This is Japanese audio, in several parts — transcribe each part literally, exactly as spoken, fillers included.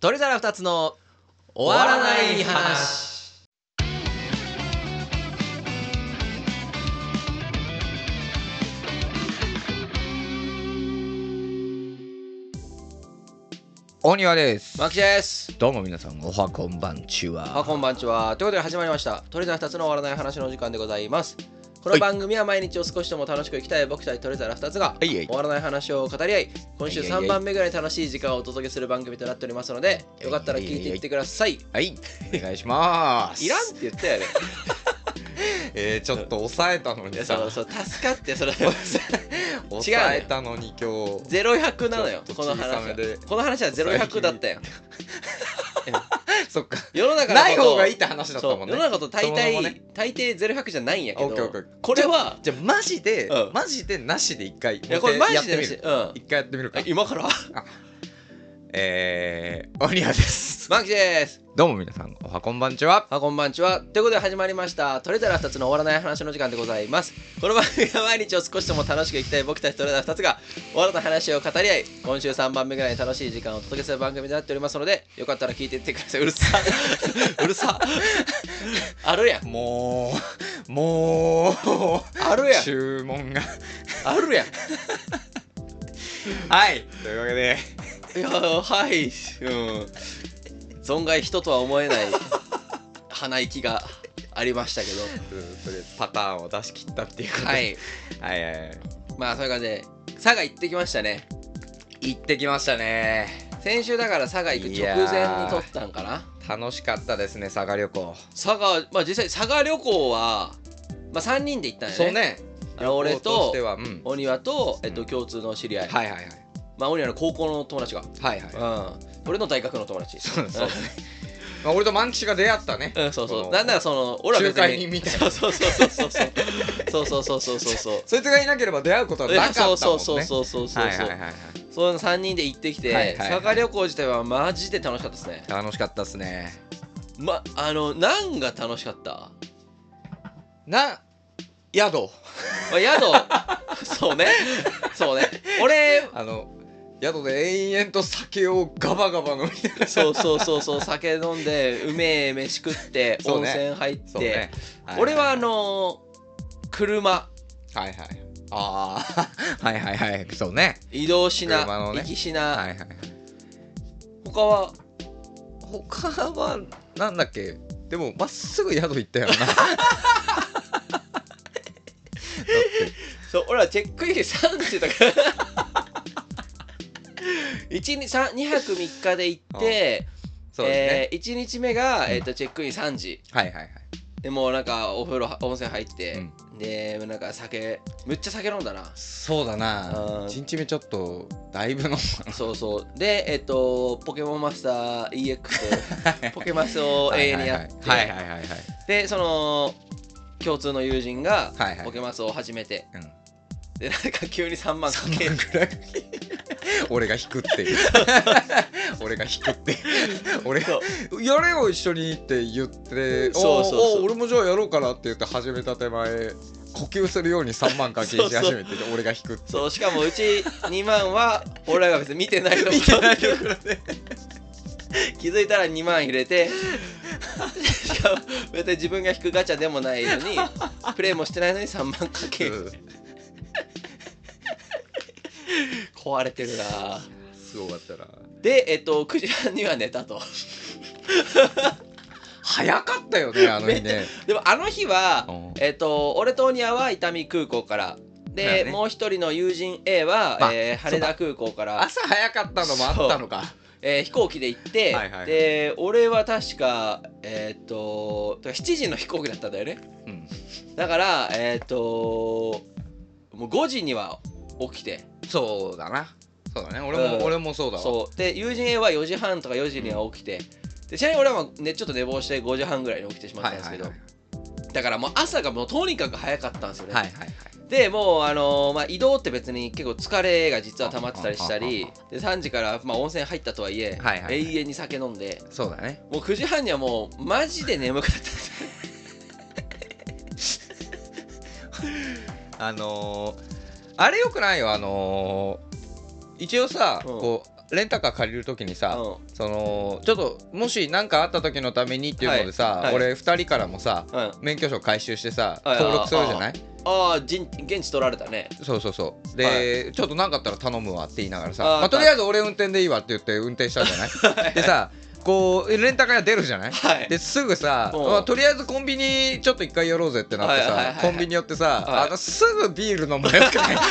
鳥皿二つの終わらない話。 大庭です。 マキです。 どうも皆さんおはこんばんちは。 おはこんばんちは。ということで始まりました鳥皿二つの終わらない話の時間でございます。この番組は毎日を少しでも楽しく生きたい僕たち鳥皿二つが終わらない話を語り合い、今週さんばんめぐらい楽しい時間をお届けする番組となっておりますので、よかったら聞いていってください。 はい、お願いします。 いらんって言ったよね。 えー、ちょっと抑えたのにさ、 そうそう、助かってそれ抑えたのに今日ゼロひゃくなのよ。この話はこの話はゼロひゃくだったよ。 そっか、 世の中のない方がいいって話だったもんね。 世の中と大体、ね、大抵ゼロひゃくじゃないんやけど、これはじゃあマジで、うん、マジでなしで一回やってみる。 一回やってみるか。 今からえー、おにわです。 マキです。 どうも皆さんおはこんばんちは。 おはこんばんちは。ということで始まりました鳥皿二つの終わらない話の時間でございます。この番組は毎日を少しでも楽しく生きたい僕たち鳥皿二つが終わらない話を語り合い、今週さんばんめぐらいに楽しい時間をお届けする番組になっておりますので、よかったら聞いていってください。うるさうるさあるやん。 もうもうあるやん。 注文があるやん。 はい、というわけでいやはい、うん、存外人とは思えない鼻息がありましたけど、 うん、とりあえずパターンを出し切ったっていうことで、 はい、 はいはいはい、 まあそういう感じで佐賀行ってきましたね。 行ってきましたね。 先週だから佐賀行く直前に撮ったんかな。 楽しかったですね、佐賀旅行。 佐賀、まあ実際佐賀旅行は、まあ、さんにんで行ったんよね。 そうね、 俺とお庭と、えっと、共通の知り合い、 はいはいはい、 まあ俺らの高校の友達が、 はいはい、 うん、俺の大学の友達。 そうそうね。まあ俺と万吉が出会ったね。 うん、そうそう。なんならその俺は別に仲介人みたいな。 そうそうそうそうそうそうそうそうそうそうそう。 そいつがいなければ出会うことはなかったもんね。 そうそうそうそうそうそう。はいはいはいはい。そのさんにんで行ってきて、佐賀旅行自体はマジで楽しかったですね。 楽しかったですね。 まあの何が楽しかった？ な宿。 まあ宿。そうね。そうね。俺あの。宿で延々と酒をガバガバ飲みながら、 そうそうそうそう、酒飲んでうめえ飯食って温泉入って、ねはい、俺はあのー、車はいはいああはいはいはいそうね、 移動しな、 ね、 行きしな、 はいはい、 他は他はなんだっけ。でもまっすぐ宿行ったよな。 そう俺はチェックインさんじとかいちにちにはくみっかで行って、そうですね、えー、いちにちめが、えー、とチェックインさんじ、 はいはいはい、 でもうなんかお風呂温泉入って、うん、でなんか酒むっちゃ酒飲んだな。 そうだな、いちにちめちょっとだいぶ飲んだな。 そうそうでえっ、ー、とポケモンマスター イーエックス ポケマスを永遠にやってはいはいはいはい、 でその共通の友人がポケマスを始めて、はいはい、うん、でなんか急にさんまんかけるぐらい俺が引くっていう俺が引くって俺がやれよ一緒にって言ってそうそうそう俺もじゃあやろうかなって言って始めた手前呼吸するようにさんまん課金し始めて俺が引くって。 そうしかもうちにまんは俺らが別に見てないところ見てないところで気づいたらにまん入れてしかも別に自分が引くガチャでもないのにプレイもしてないのにさんまんかける、うん、壊れてるな。 すごかったな。 でえっとくじはんには寝たと。 早かったよねあの日ね。 でもあの日はえっと俺とオニアは伊丹空港からで、ね、もう一人の友人 A は、まあえー、羽田空港から朝早かったのもあったのか。 えー、飛行機で行って、はいはいはい、で俺は確かえー、っとしちじの飛行機だったんだよね、うん、だからえー、っともうごじには起きて。 そうだな、そうだね、俺も、うん、俺もそうだわ。 そうで友人 A はよじはんとかよじには起きて、うん、でちなみに俺は、ね、ちょっと寝坊してごじはんぐらいに起きてしまったんですけど、はいはいはい、だからもう朝がもうとにかく早かったんですよね、はいはいはい、でもう、あのーまあ、移動って別に結構疲れが実は溜まってたりしたりでさんじから、まあ、温泉入ったとはいえ、はいはいはい、永遠に酒飲んで、 そうだね、 もうくじはんにはもうマジで眠かったんですあのー、あれよくないよ、あのー、一応さ、うん、こうレンタカー借りるときにさ、 うんそのちょっともし何かあった時のためにっていうのでさ、 はいはい俺ふたりからもさ、 うん免許証回収してさ、 はい登録するじゃない。 ああ現地取られたね。 そうそうそうで、 はちょっと何かあったら頼むわって言いながらさ、 あーまあ、とりあえず俺運転でいいわって言って運転したじゃないでさこうレンタカー屋出るじゃない、 はいですぐさ、 うんまあ、とりあえずコンビニちょっと一回寄ろうぜってなってさ、 はいはいはいはいコンビニ寄ってさ、 はいあのすぐビール飲むよくない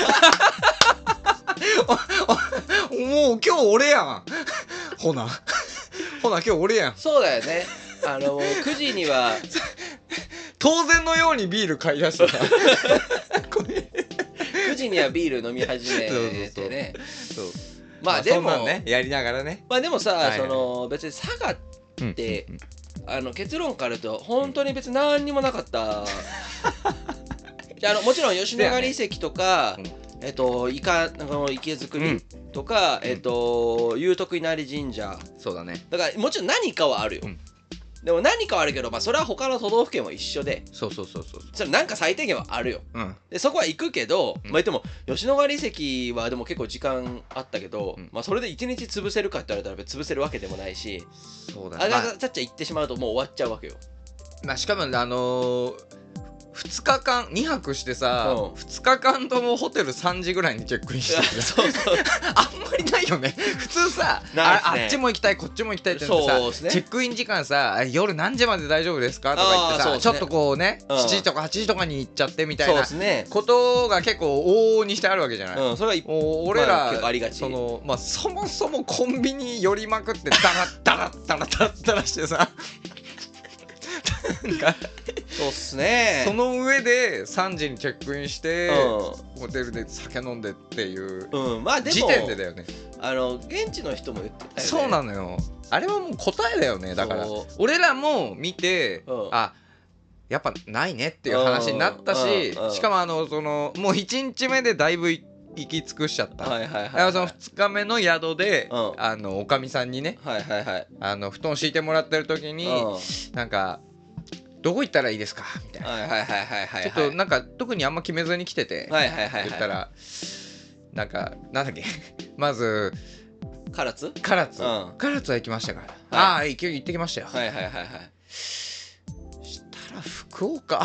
おおもう今日俺やんほなほな今日俺やん。 そうだよね。あのくじには当然のようにビール買い出してさこれくじにはビール飲み始めてね。 そうまあでもそんなんねやりながらね。 まあでもさ、 はいはいその別に佐賀って、あの結論から言うと本当に別に何にもなかった。あのもちろん吉野ヶ里遺跡とか、えっとイカなんかの池作りとか、えっと祐徳稲荷神社そうだね。 だからもちろん何かはあるよ。 うんでも何かはあるけど、まあそれは他の都道府県も一緒で、 そうそうそうそう。 それなんか最低限はあるよ。 うんでそこは行くけど、 うんまあ言っても吉野ヶ里遺跡はでも結構時間あったけど、 うんまあそれで一日潰せるかって言われたら別に潰せるわけでもないし、あそうだね。まあがたっちゃ行ってしまうともう終わっちゃうわけよ。 まあ、しかもあのー、ふつかかんにはくしてさ、 うんふつかかんともホテルさんじぐらいにチェックインしてるじゃんそうそうあんまりないよね普通さ、 ないっすねああっちも行きたいこっちも行きたいって言ってさ、 そうっすねチェックイン時間さ夜何時まで大丈夫ですかとか言ってさ、 あーそうっすねちょっとこうね、 うんしちじとかはちじとかに行っちゃってみたいそうなですね。 ことが結構往々にしてあるわけじゃない、 うん、それが一お俺ら、 まあ結構ありがちそのまあそもそもコンビニ寄りまくってダラッダラッダラッダラッダラしてさなんかそうっすね。 その上でさんじにチェックインして、 うホテルで酒飲んでっていう、 ん、うん、まあでも時点でだよね。 あの現地の人も言ってたよね。 そうなのよ。あれはもう答えだよね。だからそう俺らも見て、 うんあやっぱないねっていう話になったし、 うんうんしかもあのそのもういちにちめでだいぶ行き尽くしちゃった。 はいはいはい、 だからそのふつかめの宿で、 うんあのおかみさんにね、 はいはいはい。 あの布団敷いてもらってる時に、 うんなんかどこ行ったらいいですかみたいな。 はいはいはいはいはい。 ちょっとなんか特にあんま決めずに来てて、 はいはいはいはい。 言ったらなんかなんだっけまず唐津？ 唐津、 うん唐津は行きましたから、 はいああ行き行ってきましたよ、 はいはいはいはい。 したら福岡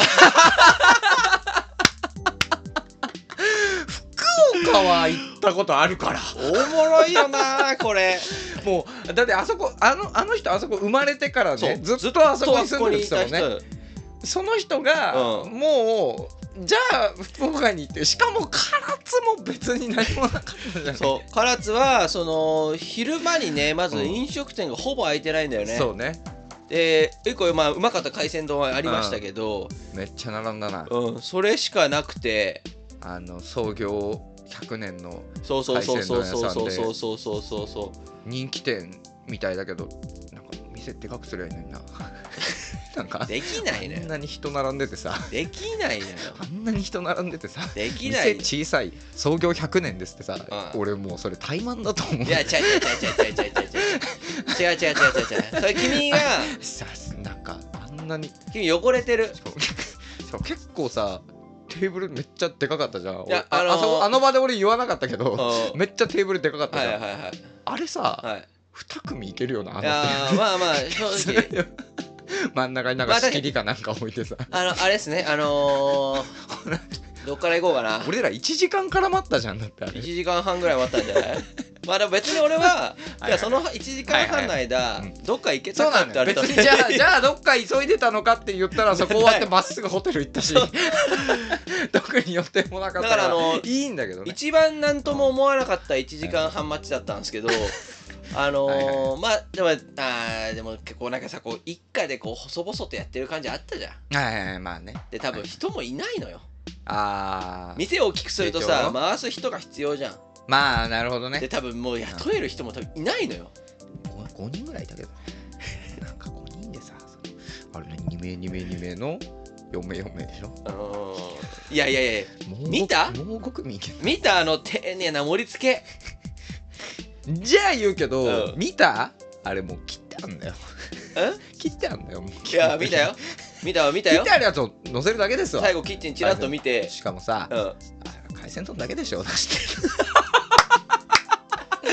福岡は行ったことあるからおもろいよなこれ。 もうだってあそこあのあの人あそこ生まれてからそうねずっとあそこに住んでるって言ってたもんね人。 その人が、 うんもうじゃあ福岡に行ってしかも唐津も別に何もなかったじゃないそう唐津はその昼間にねまず飲食店がほぼ開いてないんだよね。 そうねで結構まあうまかった海鮮丼はありましたけど、 めっちゃ並んだな、 うん、それしかなくて。 あの創業ひゃくねんのそうそうそうそうそうそう海鮮丼屋さんでそうそうそうそうそう。 人気店みたいだけどなんか店でかくすりゃいいのにななんかできないのよ。 あんなに人並んでてさできないのよ。 あんなに人並んでてさできない。 店小さい創業ひゃくねんですってさ、 うん俺もうそれ怠慢だと思う。 いや違う違う違う違う違う違う違う違う違う違う違う違う違う違う。それ君がさなんかあんなに君汚れてる。 そう結構さテーブルめっちゃでかかったじゃん。 いやあ,、 あのーあそこあの場で俺言わなかったけど、 うんめっちゃテーブルでかかったはじゃん、 いはいはいあれさ、 はい。 に組いけるよなあのいやーまあまあ正直真ん中になんか仕切りかなんか置いてさ、 あのあれですねあのー、どっから行こうかな。 俺らいちじかんから待ったじゃんだってあれいちじかんはんぐらい待ったんじゃないまあでも別に俺ははいいやそのいちじかんはんの間、 はいはいうんどっか行けそうたかなんだよ別って言われたらにじゃあじゃあどっか急いでたのかって言ったらそこ終わってまっすぐホテル行ったし特に予定もなかっただからあのいいんだけどね。 一番なんとも思わなかったいちじかんはん待ちだったんですけどあのーはいはまあでもあーでも結構なんかさこう一家でこう細々とやってる感じあったじゃん。 はいはいはいまあね。 で多分人もいないのよ。 ああ店を大きくすると成長さ回す人が必要じゃん。 まあなるほどね。 で多分もう雇える人も多分いないのよ。 ごにんぐらいいたけどねなんかごにんでさそのあれねにめいにめいにめいのよんめいよんめいでしょ。 あのー、いやいやいやもうご見たもうご組いけ見たあの丁寧な盛り付け。 じゃあ言うけど、 うん見たあれもう切ってあんだよえ切ってあんだよもういや見たよ見たわ見たよ切って。あるやつを乗せるだけですわ。 最後キッチンチラッと見て、 しかもさ、 うん、 あ海鮮丼だけでしょ出して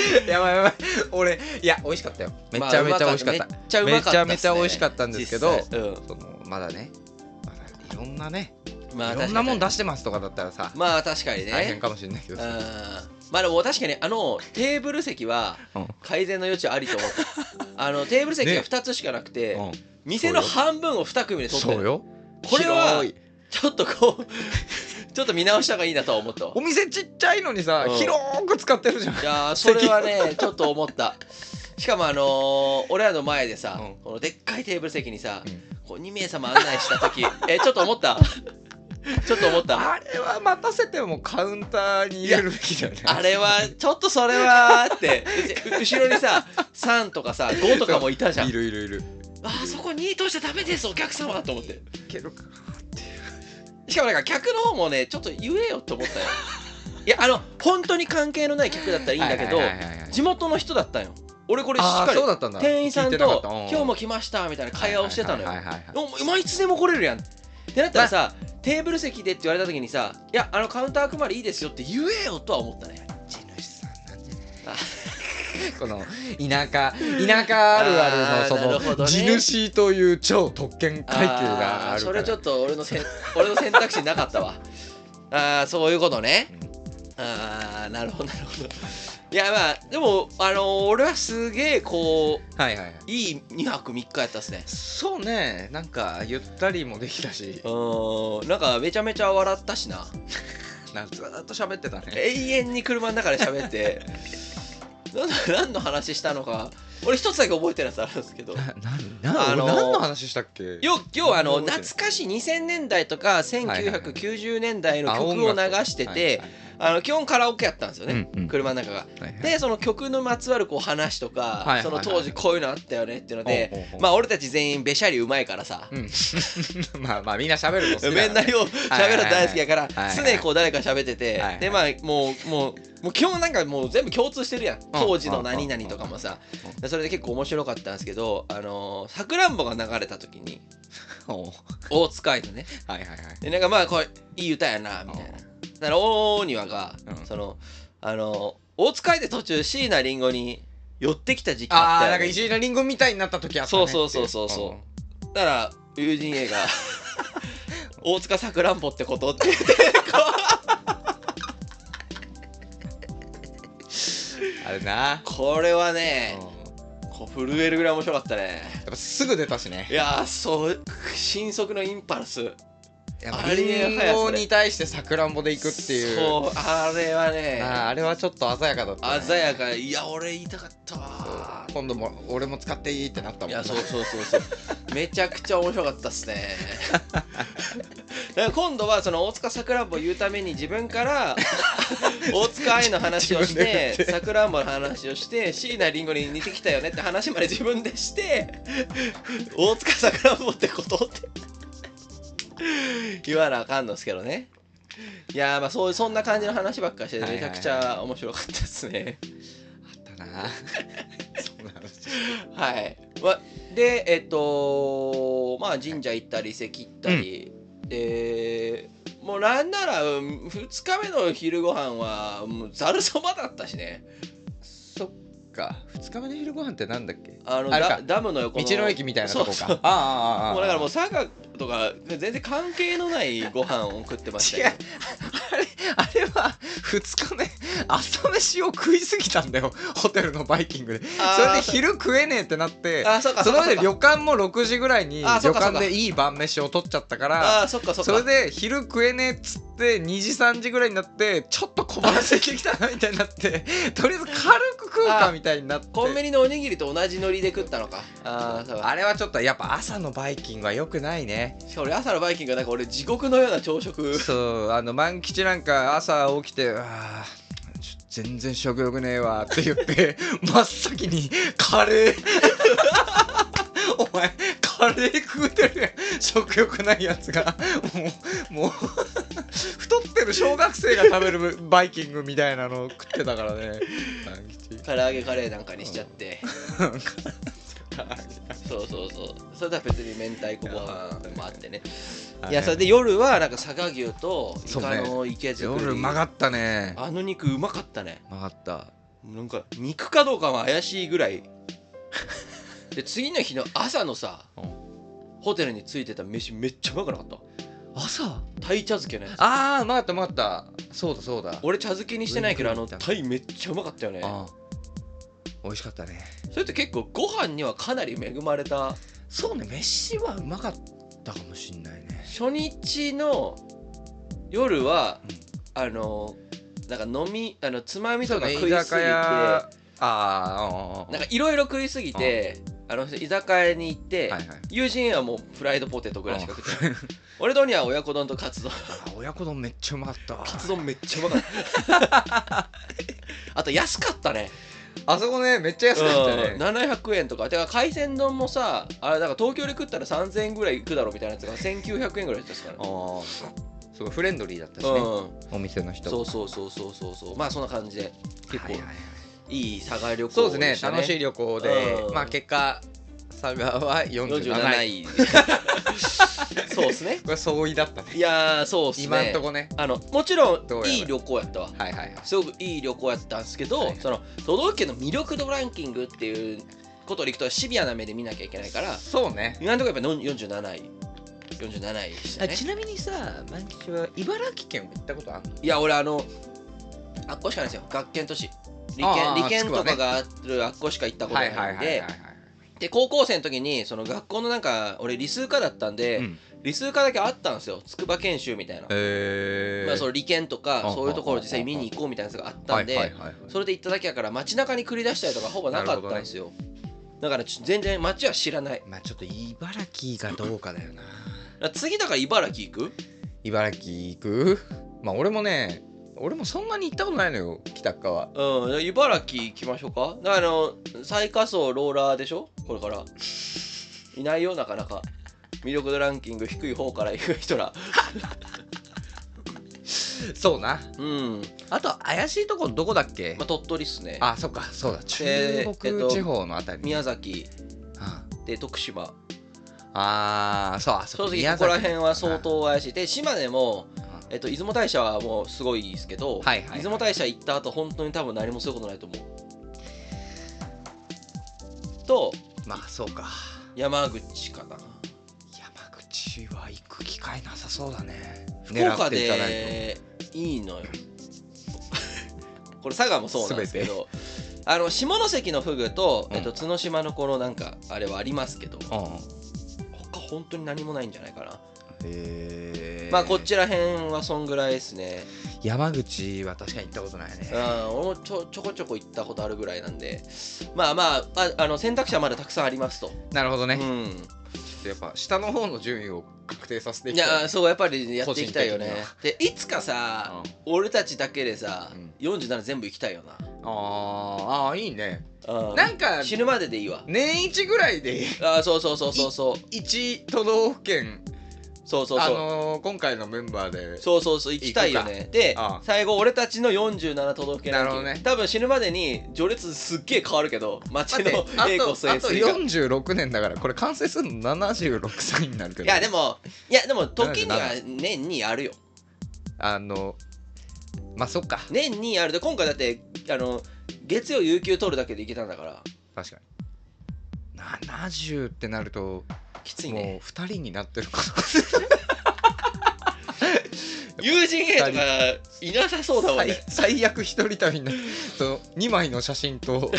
やばいやばい俺いや美味しかったよめちゃめちゃ美味しかった、 めっちゃうまかったっすね、 めちゃめちゃ美味しかったんですけど、 うん、 そのまだねまだいろんなね、 まあ、 いろんなもん出してますとかだったらさまあ確かにね大変かもしれないけどさ、 まあでも確かにあのテーブル席は改善の余地ありと思ったあのテーブル席がふたつしかなくて、ね、店の半分をに組で取ってる。 そうよこれはちょっとこうちょっと見直した方がいいなとは思った。 お店ちっちゃいのにさ、うん、広く使ってるじゃん。 いやそれはねちょっと思った。しかもあのー、俺らの前でさ、うん、このでっかいテーブル席にさ、うん、こうに名様案内した時えちょっと思ったちょっと思ったあれは待たせてもカウンターに入れるべきだよね。 あれはちょっとそれはって後ろにささんとかさごとかもいたじゃん。 いるいるいる。 あそこにとしてダメですお客様と思って。いけるかなってしかもなんか客の方もねちょっと言えよって思ったよ。いやあの本当に関係のない客だったらいいんだけど地元の人だったよ。俺これしっかり店員さんと「今日も来ました」みたいな会話をしてたのよ。いつでも来れるやんってなったらさテーブル席でって言われた時にさ「いやあのカウンター組までいいですよ」って言えよとは思ったね。 地主さんなんでこの田舎田舎あるあるのその、ね、地主という超特権階級があるからそれちょっと俺のせん俺の選択肢なかったわ。ああそういうことね。ああなるほどなるほど。いやまあでもあのー、俺はすげえこう、はいはいはい、いいにはくみっかやったっすね。 そうねなんかゆったりもできたしうんなんかめちゃめちゃ笑ったしな。 なんずっと喋ってたね。 永遠に車の中で喋って何の話したのか俺一つだけ覚えてるやつあるんですけどなな、あのー、何の話したっけ。 よ要はあの懐かしいにせんねんだいとかせんきゅうひゃくきゅうじゅうねんだいの曲を流しててあの基本カラオケやったんですよね、うんうん、車の中が、はいはい、でその曲のまつわるこう話とか、はいはいはい、その当時こういうのあったよねっていうので、はいはいはい、まあ俺たち全員べしゃりうまいからさ、うん、 まあまあみんな喋るの好きだからみんなよ喋るの大好きやから、はいはいはい、常にこう誰か喋ってて、はいはい、でまあもうもうもう基本なんかもう全部共通してるやん当時の何々とかもさそれで結構面白かったんですけどあのさくらんぼが流れた時に大塚愛のねはいはいはいでなんかまあこれいい歌やなみたいなだから大庭が、うん、そのあの大塚愛で途中椎名林檎に寄ってきた時期あったよ、ね、 あーなんか椎名林檎みたいになった時あったね。 そうそうそうそうそう、うん、だから友人 A が大塚さくらんぼってことって言ってあれなこれはね、うん、こう震えるぐらい面白かったね。 やっぱすぐ出たしね。 いやーそう新速のインパルスあれリンゴに対してさくらんぼでいくっていうそうあれはねあ, あれはちょっと鮮やかだった、ね、 鮮やかいや俺言いたかったわ今度も俺も使っていいってなったもん、ね、 いやそうそうそうそうめちゃくちゃ面白かったっすねだから今度はその大塚さくらんぼを言うために自分から大塚愛の話をしてさくらんぼの話をして椎名林檎に似てきたよねって話まで自分でして大塚さくらんぼってことって言わなあかんのですけどね。いやーまあそうそんな感じの話ばっかりしてめちゃくちゃ面白かったですね。 あったなそんな話はい、ま、でえっとまあ神社行ったり遺跡行ったり、うん、でもうなんならふつかめの昼ご飯はもうざるそばだったしね。 そっかふつかめの昼ご飯ってなんだっけ。 あのダ, ダムの横の道の駅みたいなとこか。 そうそうああもうだからもう佐賀とか全然関係のないご飯を食ってましたよ。 違うあれあれはふつかめ朝飯を食いすぎたんだよホテルのバイキングで。それで昼食えねえってなってその上で旅館もろくじぐらいに旅館でいい晩飯を取っちゃったからあそっかそっかそれで昼食えねえっつってにじさんじぐらいになってちょっと小腹空いてきたなみたいになってとりあえず軽く食うかみたいになってコンビニのおにぎりと同じノリで食ったのか。 あそうあれはちょっとやっぱ朝のバイキングは良くないね。 しかも俺朝のバイキングはなんか俺地獄のような朝食。 そうあの万吉なんか朝起きてあ全然食欲ねえわって言って真っ先にカレーお前カレー食うてるやん食欲ないやつがもうもう太ってる小学生が食べるバイキングみたいなのを食ってたからね唐揚げカレーなんかにしちゃってそうそうそうそれとは別に明太子ご飯もあってね。いやそれで夜はなんか佐賀牛とイカの池作り、 ね、夜うまかったね。 あの肉うまかったね。 うまかったなんか肉かどうかも怪しいぐらいで次の日の朝のさ、うん、ホテルについてた飯めっちゃうまくなかった。 朝鯛茶漬けのやつ。 ああうまかったうまかった。そうだそうだ。 俺茶漬けにしてないけどあの鯛めっちゃうまかったよね。 あ美味しかったね。 それって結構ご飯にはかなり恵まれた。 そうね、飯はうまかったかもしんないね。 初日の夜は、うん、あのなんか飲みあのつまみとか食いすぎて、ああなんかいろいろ食いすぎて、あの居酒屋に行って、はいはい、友人はもうフライドポテトぐらいしか食ってない俺とには親子丼とカツ丼。 あ親子丼めっちゃうまかった。 カツ丼めっちゃうまかったあと安かったね。 あそこねめっちゃ安かったね、 うん、ななひゃくえんとか。てか海鮮丼もさあれだから東京で食ったらさんぜんえんぐらいいくだろうみたいなやつがせんきゅうひゃくえんぐらいですからね。あすごいフレンドリーだったしね、うん、お店の人。 そうそうそうそうそうそうまあそんな感じで結構、はいはいはい、いい佐賀旅行でしたね。そうですね楽しい旅行で、うん、まあ結果佐賀はよんじゅうなないそうですね。 これ相違だったね。 いやーそうっすね。 今んとこねあのもちろんいい旅行やったわ。 はいはいはい。 すごくいい旅行やったんですけど、はいはい、その都道府県の魅力度ランキングっていうことでいくとシビアな目で見なきゃいけないから。 そうね。 今んとこやっぱよんじゅうなないよんじゅうなないでしたね。 ちなみにさ万吉は茨城県も行ったことあるの？ いや俺あのあっこしかないですよ。学研都市理研理研とかがあるあっこしか行ったことないんで。で高校生の時にその学校のなんか俺理数科だったんで、うん、理数科だけあったんですよ。筑波研修みたいな、えーまあ、その理研とかそういうところを実際見に行こうみたいなやつがあったんでそれで行っただけやから街中に繰り出したりとかほぼなかったんですよ、ね、だから全然街は知らない。 まあちょっと茨城がどうかだよな次だから茨城行く茨城行くまあ俺もね俺もそんなに行ったことないのよ北側は。うん茨城行きましょうか。だからあの最下層ローラーでしょこれからいないよなかなか魅力度ランキング低い方から行く人らそうな。 うんあと怪しいとこどこだっけ。 まあ、鳥取っすね。 あそっかそうだ中国地方のあたり、 えっと、宮崎、はあ、で徳島。 ああそうあそこ正直ここら辺は相当怪しい。で島根もえっと、出雲大社はもうすごいですけど、はいはいはい、出雲大社行った後本当に多分何もすることないと思う。とまあそうか山口かな。 山口は行く機会なさそうだね。 福岡でいいのよこれ佐賀もそうなんですけどあの下関のフグと、えっと、角島のこのなんかあれはありますけど、うん、他本当に何もないんじゃないかな。へまあこっちら辺はそんぐらいですね。 山口は確かに行ったことないね。 うん俺もちょちょこちょこ行ったことあるぐらいなんでまあまあ、まあ、あの選択肢はまだたくさんありますと。 なるほどね。うんやっぱ下の方の順位を確定させていきたい。 いやそうやっぱりやっていきたいよね。でいつかさ、うん、俺たちだけでさ、うん、よんじゅうなな全部行きたいよな。 ああいいね。 うん、 なんか死ぬまででいいわ。 年一ぐらいであそうそうそうそうそういち都道府県そうそうそう、 あのー、今回のメンバーでそうそうそう行きたいよね。でああ最後俺たちのよんじゅうなな都道府県ランキング、ね、多分死ぬまでに序列すっげえ変わるけど街の栄光末あとよんじゅうろくねんだからこれ完成するのななじゅうろくさいになるけど。 いやでもいやでも時には年にあるよ。 あのまあそっか年にあるで今回だってあの月曜有給取るだけでいけたんだから。 確かにななじゅうってなるときついね。 もうふたりになってるか友人 A とかいなさそうだもんね。 最悪一人旅になとにまいの写真と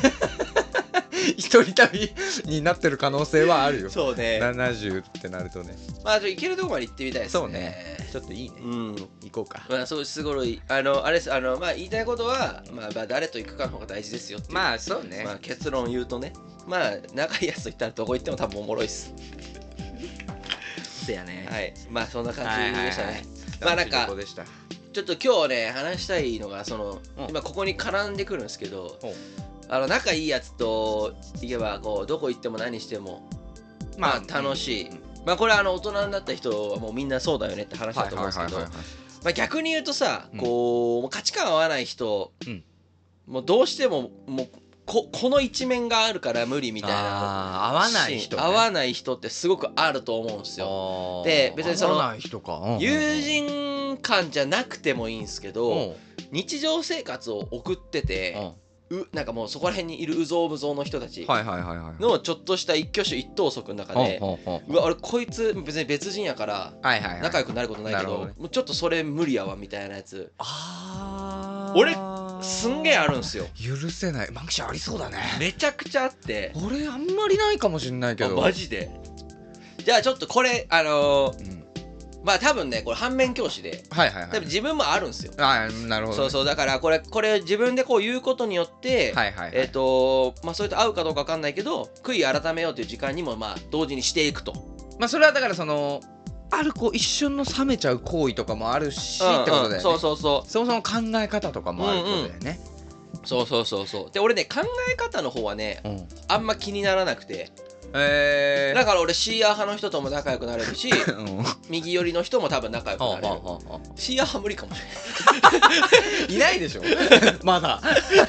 一人旅になってる可能性はあるよ。 そうねななじゅうってなるとね。 まあ行けるとこまで行ってみたいですね。 そうねちょっといいね、うん、行こうか。 まあそうすごいあのあれですあのまあ言いたいことは、まあ、まあ誰と行くかの方が大事ですよっていう。 まあそうね、 まあ、結論言うとねまあ仲いいやつと言ったらどこ行っても多分おもろいっす。 せやね。 はいまあそんな感じでしたね、はいはいはい、まあなんかちょっと今日ね話したいのがその、うん、今ここに絡んでくるんですけど、あの仲いいやつと行けばこうどこ行っても何してもまあ楽しい、うん、まあこれはあの大人になった人はもうみんなそうだよねって話だと思うんですけど逆に言うとさ、うん、こう価値観合わない人、うん、もうどうしてももうこ, この一面があるから無理みたいな。 合わない人、 ね、合わない人ってすごくあると思うんですよ。で別にその合わない人か、うんうんうん、 友人間じゃなくてもいいんですけど日常生活を送ってて、 うなんかもうそこら辺にいるうぞうむぞうの人たちはいはいはいはいのちょっとした一挙手一投足の中で、うわ俺こいつ別に別人やから仲良くなることないけど、もうちょっとそれ無理やわみたいなやつ、あ俺すんげえあるんすよ。 許せない。マンキシャありそうだね。 めちゃくちゃあって、 俺あんまりないかもしんないけど。 マジで。じゃあちょっとこれあのーうんまあ多分ねこれ反面教師で、はいはいはい、多分自分もあるんですよ。 ああなるほど、ね、 そうそうだからこれこれ自分でこう言うことによって、はいはいはい、えっ、ー、とまあそれと合うかどうか分かんないけど悔い改めようという時間にもまあ同時にしていくと。 まあそれはだからそのあるこう一瞬の冷めちゃう行為とかもあるし、うんうん、ってことだよね。 そうそうそう。 そもそも考え方とかもあることだよね。 うんうん、そうそうそうそう。で俺ね考え方の方はね、うん、あんま気にならなくて。えー、だから俺シーアー派の人とも仲良くなれるし、うん、右寄りの人も多分仲良くなれる。シーアー派無理かもしれないいないでしょまだ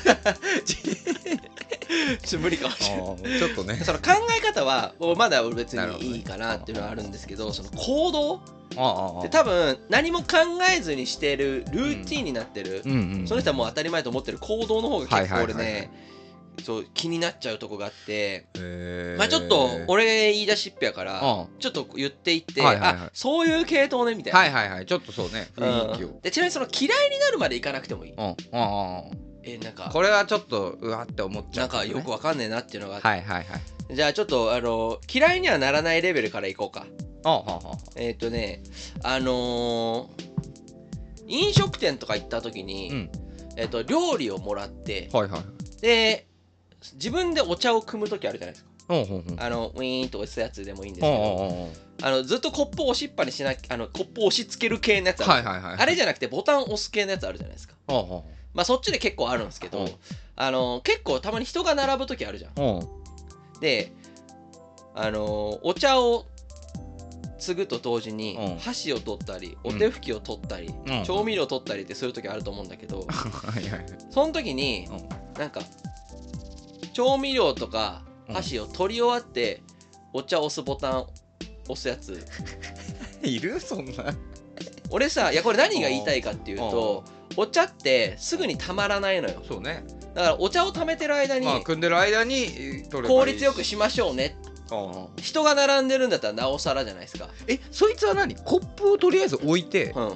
ちょ無理かもしれないちょっとねその考え方はまだ別にいいかなっていうのはあるんですけど、その行動で多分何も考えずにしてるルーティンになってる、うんうんうん、その人はもう当たり前と思ってる行動の方が結構俺ねそう気になっちゃうとこがあって、まあちょっと俺言い出しっぺやからちょっと言っていって、はいはいはい、あそういう系統ねみたいな、 はいはいはいちょっとそうね雰囲気を、 うん、でちなみにその嫌いになるまでいかなくてもいい、うんうんうん、 えなんかこれはちょっとうわって思っちゃう、 ね、なんかよくわかんねえなっていうのがあって、はいはいはい、じゃあちょっとあの嫌いにはならないレベルからいこうか。ああえっ、ー、とねあのー、飲食店とか行った時に、うん、えーと料理をもらって、はいはい、で自分でお茶を汲む時あるじゃないですか。うんうんうん、あのウィーンと押すやつでもいいんですけど、うんうんうん、あのずっとコップを押しっぱにしなあのコップを押し付ける系のやつある、はいはいはい、あれじゃなくてボタンを押す系のやつあるじゃないですか。うんうん、まあそっちで結構あるんですけど、うん、あの結構たまに人が並ぶ時あるじゃん。うん、であのお茶を継ぐと同時に、うん、箸を取ったりお手拭きを取ったり、うん、調味料取ったりってする時あると思うんだけど、うん、その時に、うん、なんか調味料とか箸を取り終わってお茶押すボタン押すやついるそんな俺さいやこれ何が言いたいかっていうとお茶ってすぐにたまらないのよ。 そうね。 だからお茶を溜めてる間に、まあ、 汲んでる間に効率よくしましょうね。人が並んでるんだったらなおさらじゃないですか。 えそいつは何コップをとりあえず置いて、うん、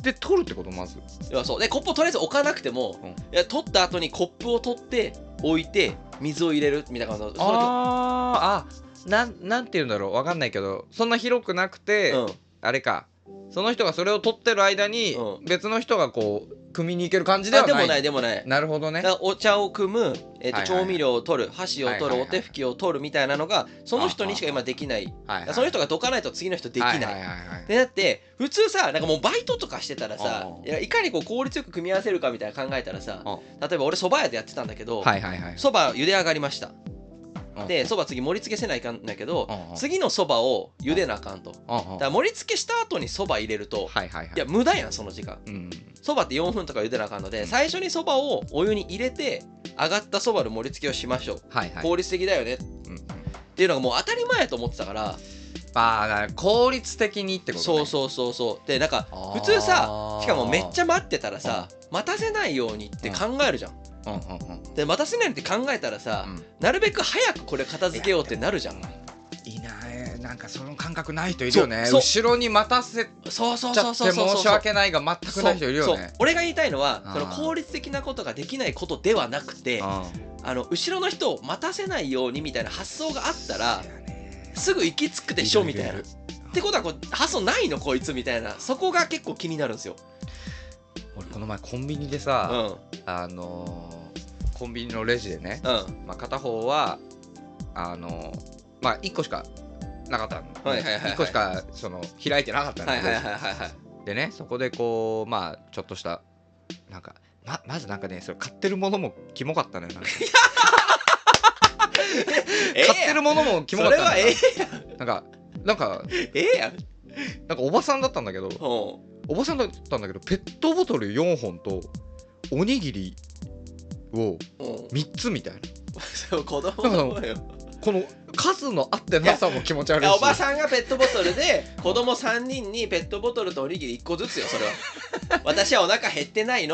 で取るってことまず。 いやそうでコップをとりあえず置かなくても、うん、いや取った後にコップを取って置いて水を入れるみたいな感じ。 ああなんなんていうんだろうわかんないけどそんな広くなくて、うん、あれかその人がそれを取ってる間に、うん、別の人がこう汲みに行ける感じではない。 あでもないでもない。 なるほどね。 お茶を汲む、えーとはいはいはい、調味料を取る箸を取る、はいはいはい、お手拭きを取るみたいなのがその人にしか今できない。はいはい、その人がどかないと次の人できない。はいはいはいはい、でだって普通さなんかもうバイトとかしてたらさ い, やいかにこう効率よく組み合わせるかみたいな考えたらさ例えば俺蕎麦屋でやってたんだけど、はいはいはい、蕎麦茹で上がりました。でそば次盛り付けせないかんだけど、うんうん、次のそばを茹でなあかんと、うんうん、だから盛り付けした後にそば入れると、はいはいはい、いや無駄やんその時間。そば、うん、ってよんぷんとか茹でなあかんので、うん、最初にそばをお湯に入れて上がったそばの盛り付けをしましょう、はいはい、効率的だよね、うんうん、っていうのがもう当たり前やと思ってたから。 あだから効率的にってことね。 そうそうそうそうでなんか普通さしかもめっちゃ待ってたらさ待たせないようにって考えるじゃん、うんうんうん、で待たせないって考えたらさ、うん、なるべく早くこれ片付けようってなるじゃん。 いないなんかその感覚ない人いるよね。後ろに待たせちゃって申し訳ないが全くない人いるよね。そうそう俺が言いたいのはその効率的なことができないことではなくてあの後ろの人を待たせないようにみたいな発想があったらすぐ行き着くでしょみたいな。ってことはこう発想ないのこいつみたいなそこが結構気になるんですよ。 俺この前コンビニでさ、うん、あのー、コンビニのレジでね、うんまあ、片方はあのー、まあいっこしかなかったの、はいはいはいはい、いっこしかその開いてなかったの、はいはいはいはい、でねそこでこうまあちょっとしたなんか ま, まずなんかねそれ買ってるものもキモかったのよなんか買ってるものもキモかったのよ。それはええやん。なんかなんかええやん。 なんかおばさんだったんだけどおばさんだったんだけどペットボトルよんほんとおにぎりをみっつみたいな。 そう子供のよ。 この数の合ってなさも気持ち悪いし。 おばさんがペットボトルで子供さんにんにペットボトルとおにぎりいっこずつよそれは。私はお腹減ってないのよ。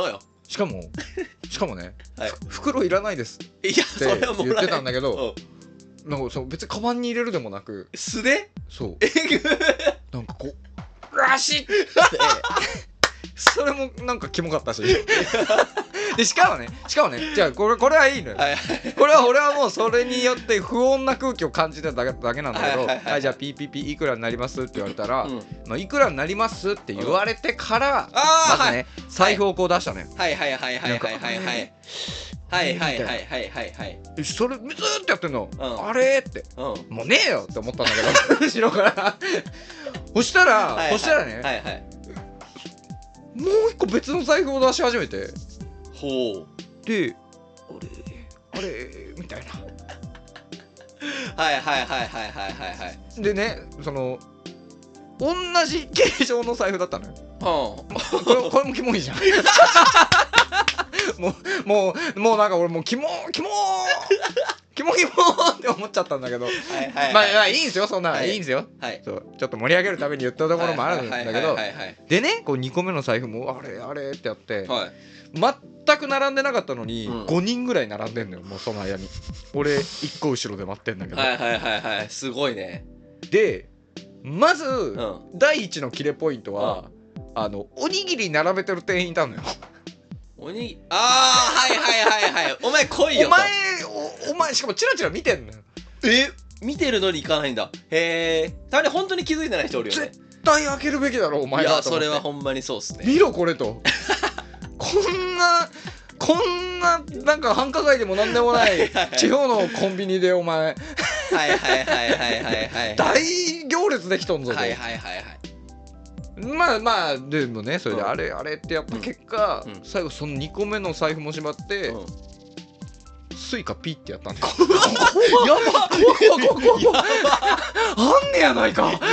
しかもしかもね、 はい、 袋いらないですいやそれはもう言ってたんだけど、なんかそう別にカバンに入れるでもなく素でそうえぐなんかこうラシッってそれもなんかキモかったしでしかもねしかもねじゃあこれこれはいいのよ、はいはい、これは俺はもうそれによって不穏な空気を感じただけだけなんだけど、はいはいはいはい、じゃあピーピーピーいくらになりますって言われたら、うんまあ、いくらになりますって言われてから、うん、まずね、はい、財布をこう出したのよ。 はいはいはいはいはいはいはいはいはいはいはいはいはいそれずーってやってんの、うん、あれって、うん、もうねえよって思ったんだけど後ろからそしたら、はいはい、そしたらね、はいはい、もう一個別の財布を出し始めてほうであれあれみたいなはいはいはいはいはいはいはいでねその同じ形状の財布だったのよ、うん、これこれもキモいじゃんもうもうもうなんか俺もうキモキモキモキモって思っちゃったんだけど、はいはいはい、まあ、まあいいんですよそんな、はい、いいんですよ、はい、そうちょっと盛り上げるために言ったところもあるんだけどでねこうにこめの財布もあれあれってやって、はい、全く並んでなかったのに、うん、ごにんぐらい並んでんのよもうその間に俺いっこ後ろで待ってんだけどはいはいはいはいすごいねでまず、うん、第一のキレポイントは、うん、あのおにぎり並べてる店員いたのよおにああはいはいはいはいお前来いよお前おお前しかもチラチラ見てんのよえ見てるのに行かないんだへえたまに本当に気づいてない人おるよね絶対開けるべきだろお前がいやそれはほんまにそうっすね見ろこれとこんなこんななんか繁華街でもなんでもない地方のコンビニでお前はいはいはいはいはいはい大行列できとんぞとはいはいはいはいまあまあでもねそれであれあれってやった結果、うん、最後そのにこめの財布もしまって、うん、スイカピッってやったんだよやば怖怖あんねやないかあんね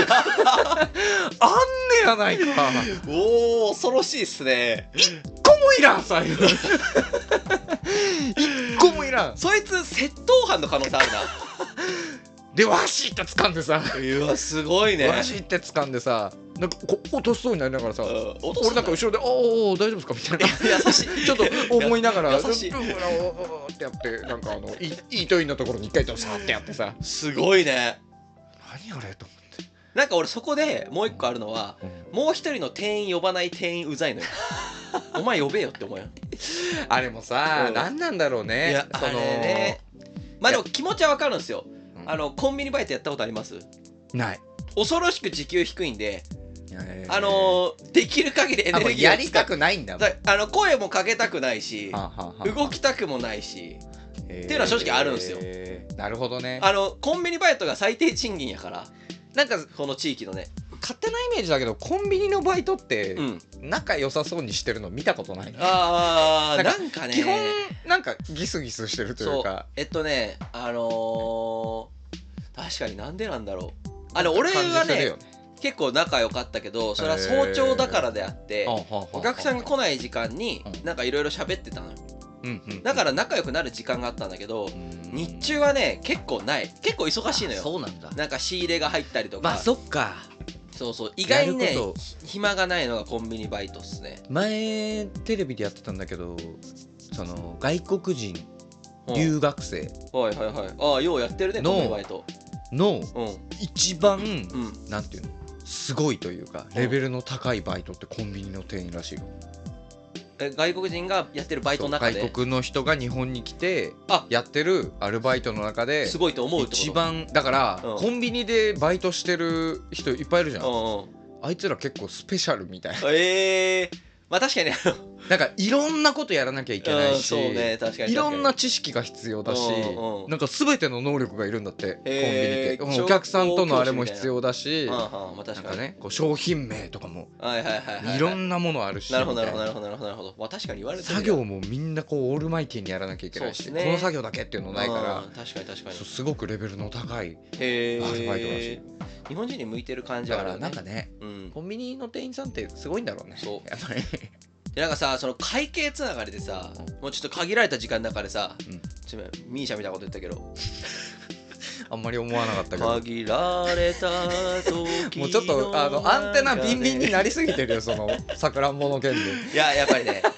やないかおお恐ろしいっすね一個もいらん財布一個もいらんそいつ窃盗犯の可能性あるなでわしって掴んでさうわすごいねわしって掴んでさなんかこ落としそうになりながらさ、うん、俺なんか後ろで「おお大丈夫ですか?」みたいな優しいちょっと思いながら優しいってやってなんかあのイートインのところに一回とさーってやってさすごいね何あれと思ってなんか俺そこでもう一個あるのは、うん、もう一人の店員呼ばない店員うざいのよお前呼べよって思うよあれもさ、うん、何なんだろうねいやそのあれねまあでも気持ちはわかるんですよ、うん、あのコンビニバイトやったことありますない恐ろしく時給低いんであのー、できる限りエネルギーをやりたくないんだもんあの声もかけたくないしはあはあ、動きたくもないしっていうのは正直あるんですよなるほどねあのコンビニバイトが最低賃金やからなんかこの地域のね勝手なイメージだけどコンビニのバイトって仲良さそうにしてるの見たことない、ね、 ああなんかね基本なんかギスギスしてるというかえっとねあのー、確かになんでなんだろうあの俺はね結構仲良かったけどそれは早朝だからであってお客さんが来ない時間になんかいろいろ喋ってたのよだから仲良くなる時間があったんだけど日中はね結構ない結構忙しいのよそうなんだなんか仕入れが入ったりとかまあそっかそうそう意外にね暇がないのがコンビニバイトっすね前テレビでやってたんだけどその外国人留学生はいはいはいああようやってるねコンビニバイトの一番なんていうのすごいというかレベルの高いバイトってコンビニの店員らしいよえ外国人がやってるバイトの中で外国の人が日本に来てやってるアルバイトの中ですごいと思うってこと一番だから、うん、コンビニでバイトしてる人いっぱいいるじゃん、うんうん、あいつら結構スペシャルみたいなえーまあ確かになんかいろんなことやらなきゃいけないし、 うんそうね、確かにいろんな知識が必要だし、うんうん、なんか全ての能力がいるんだってコンビニってお客さんとのあれも必要だし、 はあはあまあ、確かになんかねこう商品名とかもはいはいはい、はい、 いろんなものあるしなるほどなるほどなるほどなるほどなるほど、まあ、確かに言われて作業もみんなこうオールマイティーにやらなきゃいけないし、ね、この作業だけっていうのないから、 うん、確かに確かにすごくレベルの高いアルバイトらしい日本人に向いてる感じはある、ね、 だからなんかね、うん、コンビニの店員さんってすごいんだろうねそうやっぱりでなんかさその会計つながりでさ、うん、もうちょっと限られた時間の中でさ、うん、ちょっとミーシャみたいなこと言ったけどあんまり思わなかったけど限られた時もうちょっとあのアンテナビンビンになりすぎてるよそのさくらんぼの件でいややっぱりね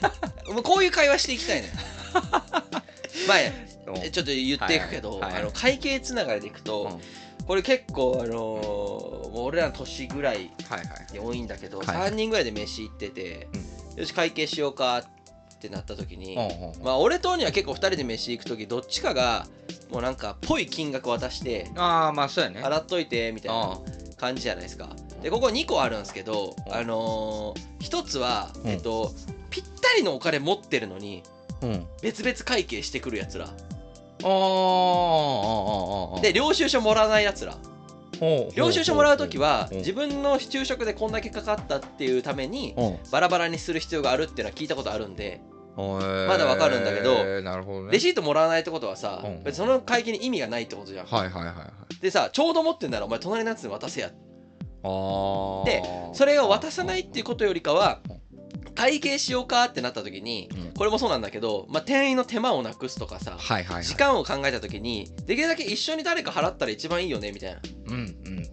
もうこういう会話していきたいねまあちょっと言っていくけど、あの会計つながりでいくと、うん、これ結構あのー、もう俺らの年ぐらいで多いんだけど、はいはい、さんにんぐらいで飯行ってて、はい、よし会計しようかってなった時に、うん、まあ俺とには結構ふたりで飯行く時どっちかがもうなんかぽい金額渡して、 ああまあそうやね、 払っといてみたいな感じじゃないですか。でここにこあるんですけど、あのー、ひとつは、うん、えっとぴったりのお金持ってるのに、うん、別々会計してくるやつら、あで領収書もらわないやつら、領収書もらうときは自分の昼食でこんだけかかったっていうためにバラバラにする必要があるっていうのは聞いたことあるんで、まだわかるんだけど、なるほどね、レシートもらわないってことはさ、うん、別にその会計に意味がないってことじゃん。はいはいはいはい。でさ、ちょうど持ってんならお前隣のやつに渡せや。あでそれを渡さないっていうことよりかは、会計しようかってなった時に、うん、これもそうなんだけど、まあ、店員の手間をなくすとかさ、はいはいはい、時間を考えた時にできるだけ一緒に誰か払ったら一番いいよねみたいな、うんうん、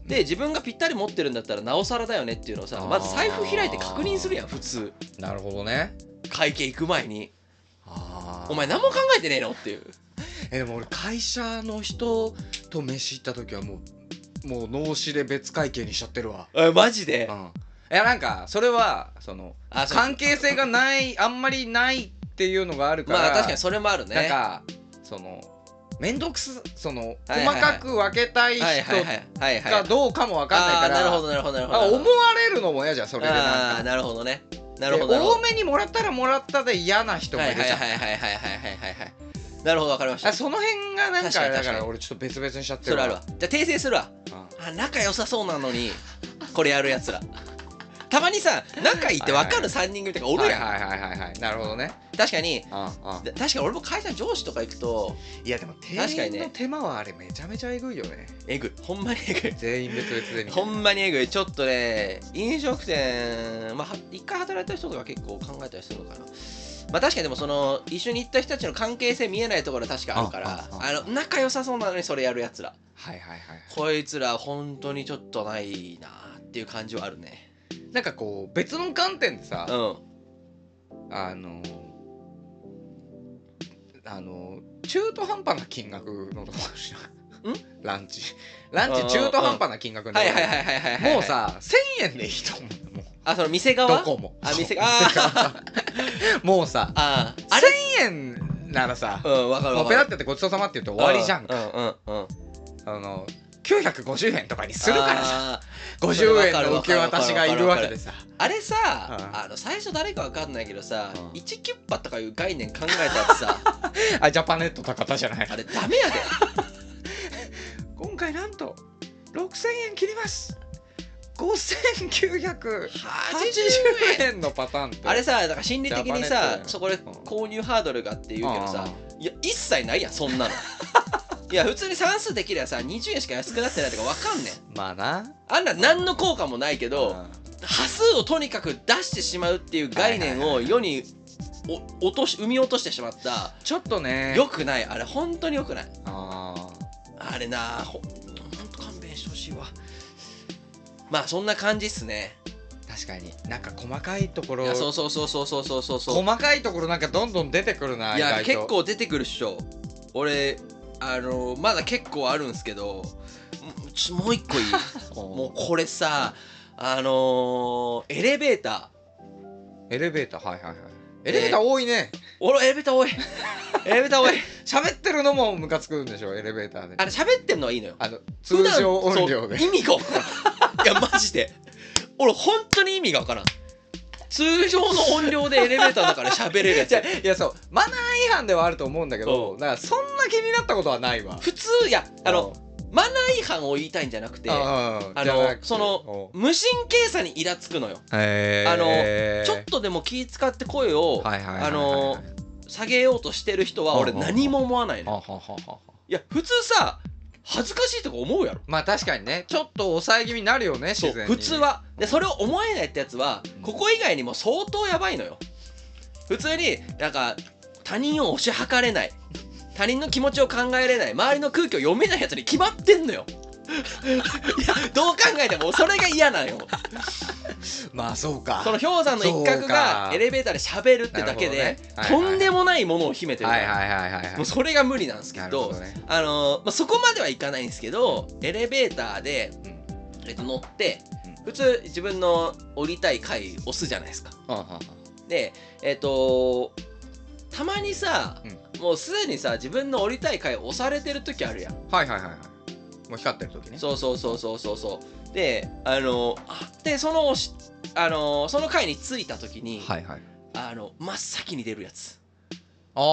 で自分がぴったり持ってるんだったらなおさらだよねっていうのをさ、まず財布開いて確認するやん普通。なるほどね。会計行く前にあお前何も考えてねえのっていう。 えでも俺会社の人と飯行った時はもうもう脳死で別会計にしちゃってるわ。 えマジで、うん、 いやなんかそれはその関係性がないあんまりないっていうのがあるから、 まあ確かにそれもあるね。 なんかその面倒くすその細かく分けたい人かどうかも分かんないから、 なるほどなるほどなるほど、 思われるのも嫌じゃんそれで。なんかあなるほどね、なるほど。 多めにもらったらもらったで嫌な人もいるじゃん。はいはいはいはいはいはいはい。 なるほど分かりました。 その辺がなんかだから俺ちょっと別々にしちゃってるわ。 それあるわ。じゃあ訂正するわ。あ仲良さそうなのにこれやるやつら。たまにさ仲いいって分かるさんにん組とかおるやん。 はいはいはいはい。なるほどね。 確かに確かに俺も会社上司とか行くと、 いやでも店員の手間はあれめちゃめちゃえぐいよね。 えぐい、ほんまにえぐい。 全員別々で。 ほんまにえぐい。ちょっとね飲食店まあ一回働いた人とか結構考えたりするのかな。まあ確かにでもその一緒に行った人たちの関係性見えないところは確かあるから、あの仲良さそうなのにそれやるやつら、はいはいはい、こいつら本当にちょっとないなっていう感じはあるね。 なんかこう別の観点でさ、うん、あのあの中途半端な金額のとこあるじゃん。ランチランチ中途半端な金額のとこもうさせんえんでいいと思う。もうあその店側どこもあ店側もうさああせんえんならさ、うん、分かる分かる、もうペラってやってごちそうさまって言って終わりじゃんか。うんうんうん、あのきゅうひゃくごじゅうえんとかにするからさ、ごじゅうえんの受け渡しがいるわけでさ、 あれさ、あの最初誰か分かんないけどさ、いちキュッパとかいう概念考えたやつさあジャパネット高田じゃない、 あれダメやで今回なんとろくせんえん切ります、ごせんきゅうひゃくはちじゅうえんのパターンって、 あれさだから心理的にさそこで購入ハードルがって言うけどさ、いや一切ないやんそんなのいや普通に算数できりゃさにじゅうえんしか安くなってないとか分かんねん。 まあなあんな何の効果もないけど端数をとにかく出してしまうっていう概念を世にお落とし生み落としてしまった。 ちょっとねよくない、あれ本当によくない。ああれなほんと勘弁してほしいわ。まあそんな感じっすね。 確かになんか細かいところ、 いやそうそうそうそうそうそうそう細かいところなんかどんどん出てくるな。 いや結構出てくるっしょ。俺あのまだ結構あるんすけど、ちょもう一個いいもうこれさあのー、エレベーターエレベーターはいはいはい、エレベーター多いね。 俺エレベーター多いエレベーター多い喋ってるのもムカつくんでしょエレベーターで。 あれ喋ってるのはいいのよ、あの通常音量で。 意味が分からんいやマジで俺本当に意味が分からん。通常の音量でエレベーターだから喋れるやつ。 いやそうマナー違反ではあると思うんだけど、だからそんな気になったことはないわ。 普通いやあのマナー違反を言いたいんじゃなくて、あのその無神経さにイラつくのよ。あのちょっとでも気使って声をあの下げようとしてる人は俺何も思わないの。いや普通さ恥ずかしいとか思うやろ。 まあ確かにねちょっと抑え気味になるよね自然に。 普通はでそれを思えないってやつはここ以外にも相当やばいのよ。普通になんか他人を推し量れない、他人の気持ちを考えれない、周りの空気を読めないやつに決まってんのよいやどう考えてもそれが嫌なのよまあそうか、 その氷山の一角がエレベーターで喋るってだけで、ねはいはい、とんでもないものを秘めてるからもうそれが無理なんですけど、ね、あのーまあ、そこまではいかないんですけど、エレベーターで、うんえっと、乗って普通自分の降りたい階押すじゃないですか。でえっとたまにさ、うん、もうすでにさ自分の降りたい階押されてる時あるやん。 はいはいはいはい。もう光ってる時ね。 そうそうそうそうそうそうであのあでそのあのその階に着いた時に、はいはい、あの真っ先に出るやつ。 あーあ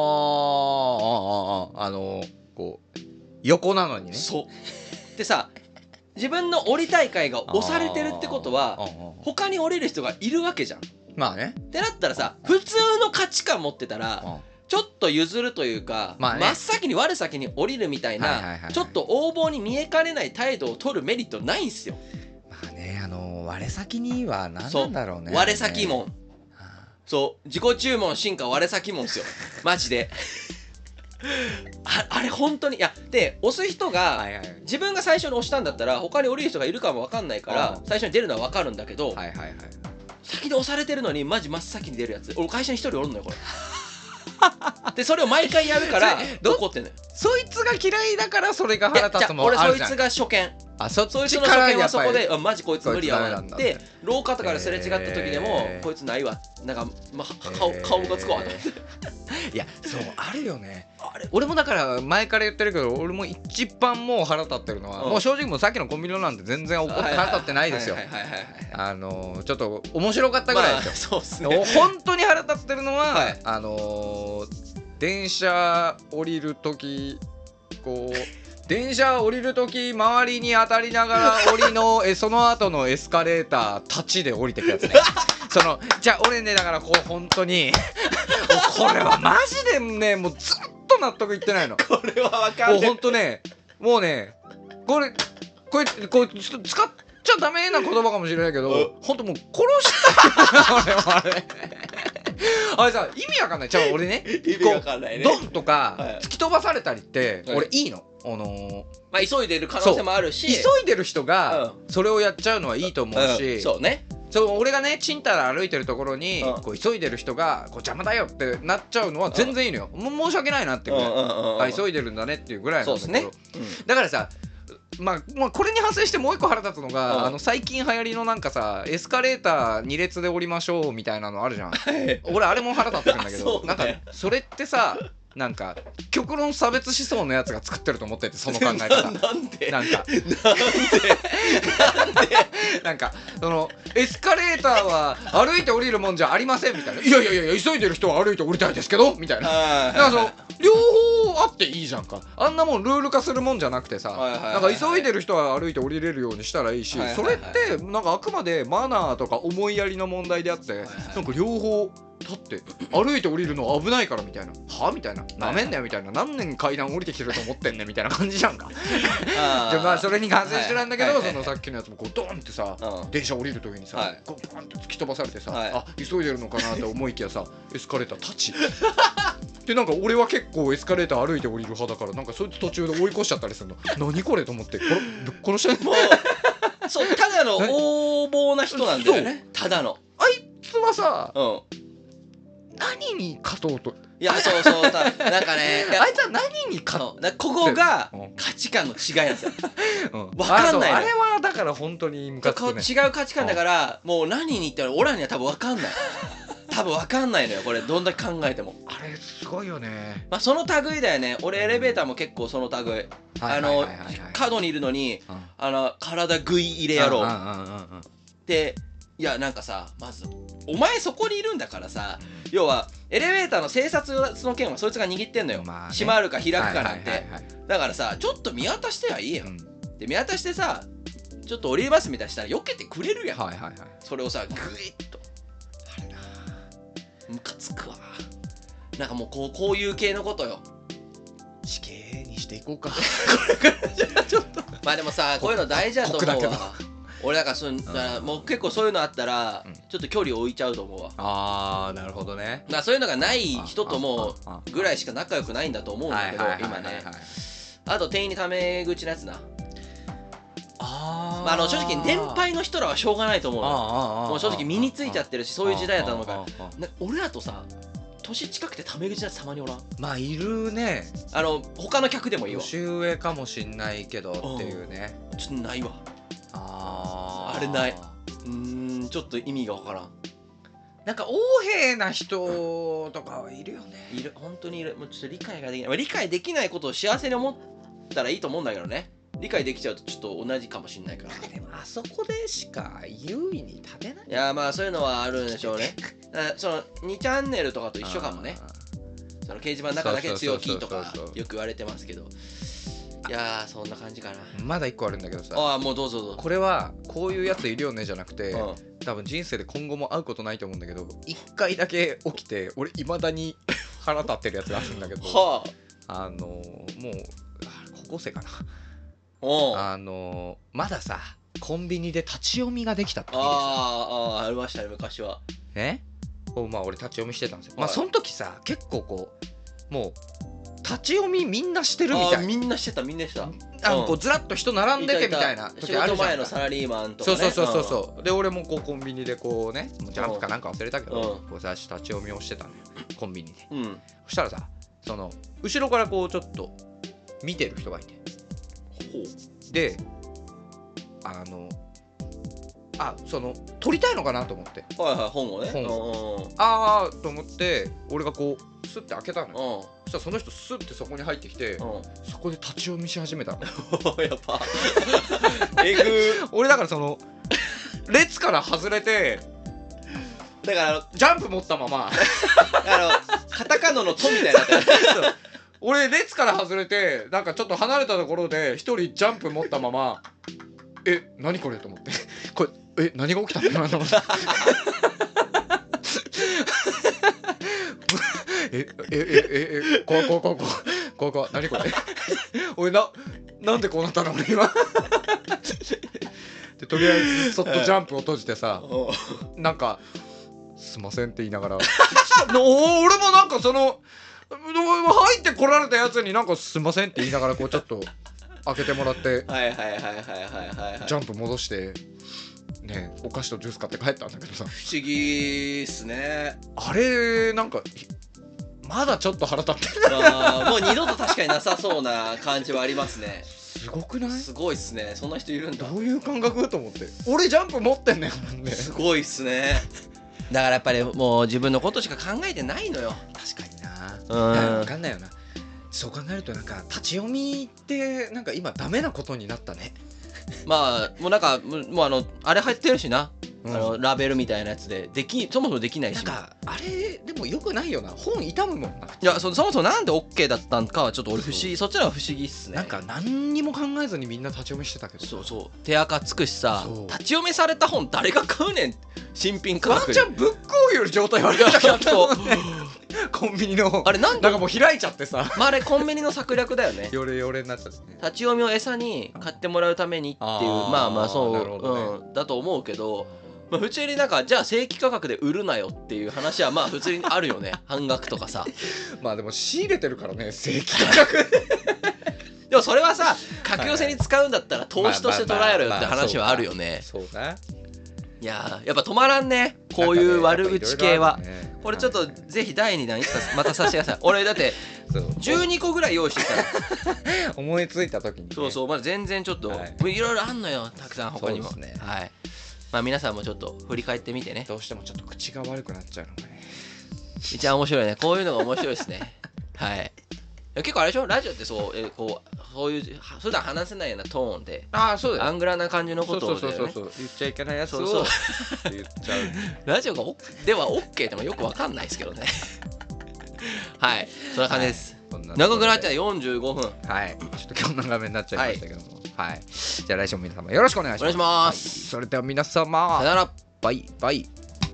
ーあーあのこう横なのにね。 そうでさ自分の降りたい階が押されてるってことは他に降りる人がいるわけじゃん。 まあね。 ってなったらさ普通の価値観持ってたらちょっと譲るというか、まあね、真っ先に我先に降りるみたいなちょっと横暴に見えかねない態度を取るメリットないんすよ。 まあね、あの我先には何なんだろうね。 我先もん。そう自己注文進化我先もんですよマジであ, あれ本当にいやで押す人が、はいはい、自分が最初に押したんだったら他に降りる人がいるかも分かんないから最初に出るのは分かるんだけど、はいはいはい、先で押されてるのにマジ真っ先に出るやつ俺会社に一人おるのよこれでそれを毎回やるから怒ってんのよ。 そいつが嫌いだからそれが腹立つもんあるじゃん。 俺そいつが初見あそっちそいつの初見はそこであマジこいつ無理やわって廊下とかですれ違った時でも、えー、こいつないわなんか、ま、顔、えー、顔がつくわいやそうあるよね。あれ俺もだから前から言ってるけど俺も一番もう腹立ってるのは、うん、もう正直もうさっきのコンビニのなんて全然怒って腹立ってないですよ。あのちょっと面白かったぐらいですよ、まあ、そうっすね本当に腹立ってるのは、はい、あのー、電車降りる時こう電車降りるとき周りに当たりながら降りのえその後のエスカレーター立ちで降りてくやつねそのじゃあ俺ねだからこう本当にこれはマジでねもうずっと納得いってないのこれは分かんない。 もう本当ねもうねこれこれこれちょっと使っちゃダメな言葉かもしれないけど本当もう殺した俺はあれあれさ意味わかんない。じゃあ俺ね意味わかんないねドンとか突き飛ばされたりって、はい、俺いいの。あのーまあ、急いでる可能性もあるし急いでる人がそれをやっちゃうのはいいと思うし、 うん、そうねそう俺がねちんたら歩いてるところに、うん、こう急いでる人がこう邪魔だよってなっちゃうのは全然いいのよ、うん、もう申し訳ないなっていうぐらい、うん、あ急いでるんだねっていうぐらいなんだけど、そうですね、うん、だからさまあ、まあこれに派生してもう一個腹立つのが、うん、あの最近流行りのなんかさエスカレーターに列で降りましょうみたいなのあるじゃん俺あれも腹立ってるんだけど、ね、なんかそれってさなんか極論差別思想のやつが作ってると思っててその考え方なんでなんかなんでなんでなんかそのエスカレーターは歩いて降りるもんじゃありませんみたいないやいやいや急いでる人は歩いて降りたいですけどみたいなだからその両方あっていいじゃんか。あんなもんルール化するもんじゃなくてさなんか急いでる人は歩いて降りれるようにしたらいいしそれってなんかあくまでマナーとか思いやりの問題であってなんか両方だって歩いて降りるの危ないからみたいなはみたいななめんなよみたいな何年階段降りてきてると思ってんねんみたいな感じじゃんかでまあそれに関連してなんだけどそのさっきのやつもこうドンってさ電車降りる時にさこうバンって突き飛ばされてさあ急いでるのかなって思いきやさエスカレーター立ちでなんか俺は結構エスカレーター歩いて降りる派だからなんかそいつ途中で追い越しちゃったりするの何これと思ってこれぶっ殺したいもうそうただの横暴な人なんだよねただのあいつはさ、うん何に勝とうといやそうそうなんかねあいつは何に勝とうここが価値観の違いなんですよ、うん、分かんないのあ, あれはだから本当にムカつくね違う価値観だから、うん、もう何に言ったら俺らには多分分かんない多分分かんないのよこれどんだけ考えてもあれすごいよねまあその類だよね俺エレベーターも結構その類あの角にいるのに、うん、あの体グイ入れやろうでいやなんかさまずお前そこにいるんだからさ要はエレベーターの偵察の件はそいつが握ってんのよ、まあね、閉まるか開くかなんてだからさちょっと見渡してはいいよ、うん、で見渡してさちょっと降りますみたいなしたら避けてくれるやん、はいはいはい、それをさグイッとあれなムカつくわなんかもうこう、こういう系のことよ死刑にしていこうかこれからじゃあちょっとまあでもさこういうの大事だと思うわ俺だからそ、うん、だからもう結構そういうのあったら、うん、ちょっと距離置いちゃうと思うわあーなるほどねだからそういうのがない人ともぐらいしか仲良くないんだと思うんだけど今ねあと店員にタメ口のやつなあまあ、あの正直年配の人らはしょうがないと思うよ。もう正直身についちゃってるし、そういう時代だったのか。俺らとさ年近くてタメ口だってたまにおらん？ まあいるね。 あの他の客でもいいわ。 年上かもしんないけどっていうね。 ちょっとないわ。 ああれない。うーん、ちょっと意味がわからん。 なんか横柄な人とかはいるよね。 いる、本当にいる。もうちょっと理解ができない。理解できないことを幸せに思ったらいいと思うんだけどね。理解できちゃうとちょっと同じかもしれないから。 でもあそこでしか優位に立てない。 いやまあそういうのはあるんでしょうね。そのにチャンネルとかと一緒かもね。その掲示板の中だけ強気とかよく言われてますけど。いやーそんな感じかな。 まだ一個あるんだけどさ。 ああもうどうぞどうぞ。 これはこういうやついるよねじゃなくて、うん、多分人生で今後も会うことないと思うんだけど、一回だけ起きて俺いまだに腹立ってるやつがあるんだけど、はあ、あのー、もう高校生かな。あのー、まださコンビニで立ち読みができたって。 ああありましたね昔は。 ね、まあ俺立ち読みしてたんですよ。まあその時さ結構こうもう立ち読みみんなしてるみたいな。 みんなしてたみんなしてた。 あのこうずらっと人並んでてみたいな時あるじゃん。仕事前のサラリーマンとかね。 そうそうそうそう。で俺もこうコンビニでこうねジャンプかなんか忘れたけどこうさ立ち読みをしてたのよコンビニで。そしたらさその後ろからこうちょっと見てる人がいて。であのあその撮りたいのかなと思って。 はいはい本をね。 本を。ああと思って俺がこうスッて開けたのよ。そしたらその人スッてそこに入ってきて、そこで立ち読みし始めたの。 やっぱえぐ俺だからその列から外れてだからジャンプ持ったままあのカタカナの「と」みたいになってる。 俺列から外れてなんかちょっと離れたところで一人ジャンプ持ったままえ何これと思ってこれえ何が起きたのと思ってえええええ怖い怖い怖い怖い怖い怖い何これ俺ななんでこうなったの俺今でとりあえずそっとジャンプを閉じてさなんかすいませんって言いながら俺もなんかその入ってこられたやつになんかすいませんって言いながらこうちょっと開けてもらってはいはいはいはいはいはいジャンプ戻してねお菓子とジュース買って帰ったんだけどさ。 不思議っすね。 あれなんかまだちょっと腹立ってる。 あもう二度と確かになさそうな感じはありますね。 すごくない？ すごいっすね。そんな人いるんだ。 どういう感覚と思って俺ジャンプ持ってんねん。 すごいっすね。だからやっぱりもう自分のことしか考えてないのよ。 確かにな。 うん分かんないよな。そう考えるとなんか立ち読みってなんか今ダメなことになったね。 まあもうなんかもうあのあれ入ってるしな、うん、あのラベルみたいなやつでできそもそもできないし。 なんかあれでもよくないよな。本傷むもんな。 いや そ, そもそもなんで OK だったんかはちょっと俺不思議 そ, そっちの方が不思議っすね。 なんか何にも考えずにみんな立ち読みしてたけど。 そうそう手垢つくしさ立ち読みされた本誰が買うねん新品価格で。 ワンちゃんブックオフより状態悪かったもんね。コンビニのあれなんなんかもう開いちゃってさ、 まあ、あれコンビニの策略だよね。 ヨレヨレになっちゃって、ね、 立ち読みを餌に買ってもらうためにっていうまあまあそう、ねうん、だと思うけど、まあ、普通になんかじゃあ正規価格で売るなよっていう話はまあ普通にあるよね。半額とかさまあでも仕入れてるからね正規価格でもそれはさ格寄せに使うんだったら投資として捉えろよって話はあるよね。 そうね。 いややっぱ止まらんねこういう悪口系は。これちょっとぜひだいにだんいつかまたさせてください。俺だってじゅうにこぐらい用意してたら思いついた時に、ね、 そうそうまだ全然ちょっと、はい、いろいろあんのよたくさん他にも。そうですね。はい。まあ皆さんもちょっと振り返ってみてね。 どうしてもちょっと口が悪くなっちゃうのがね一番面白いね。こういうのが面白いですね。はい結構あれでしょラジオってそうえこうそういう普段話せないようなトーンでああそうだアングラな感じのことを、ね、 そうそうそうそう言っちゃいけないやつをそうそう言っちゃうラジオがでは OK ってもよくわかんないですけどねはいそんな感じです、はい、長くなっちゃうよんじゅうごふん。 はいちょっと今日長めになっちゃいましたけども、はい、はい、じゃあ来週も皆様よろしくお願いします。 お願いします、 はい、それでは皆様さよならバイバイ。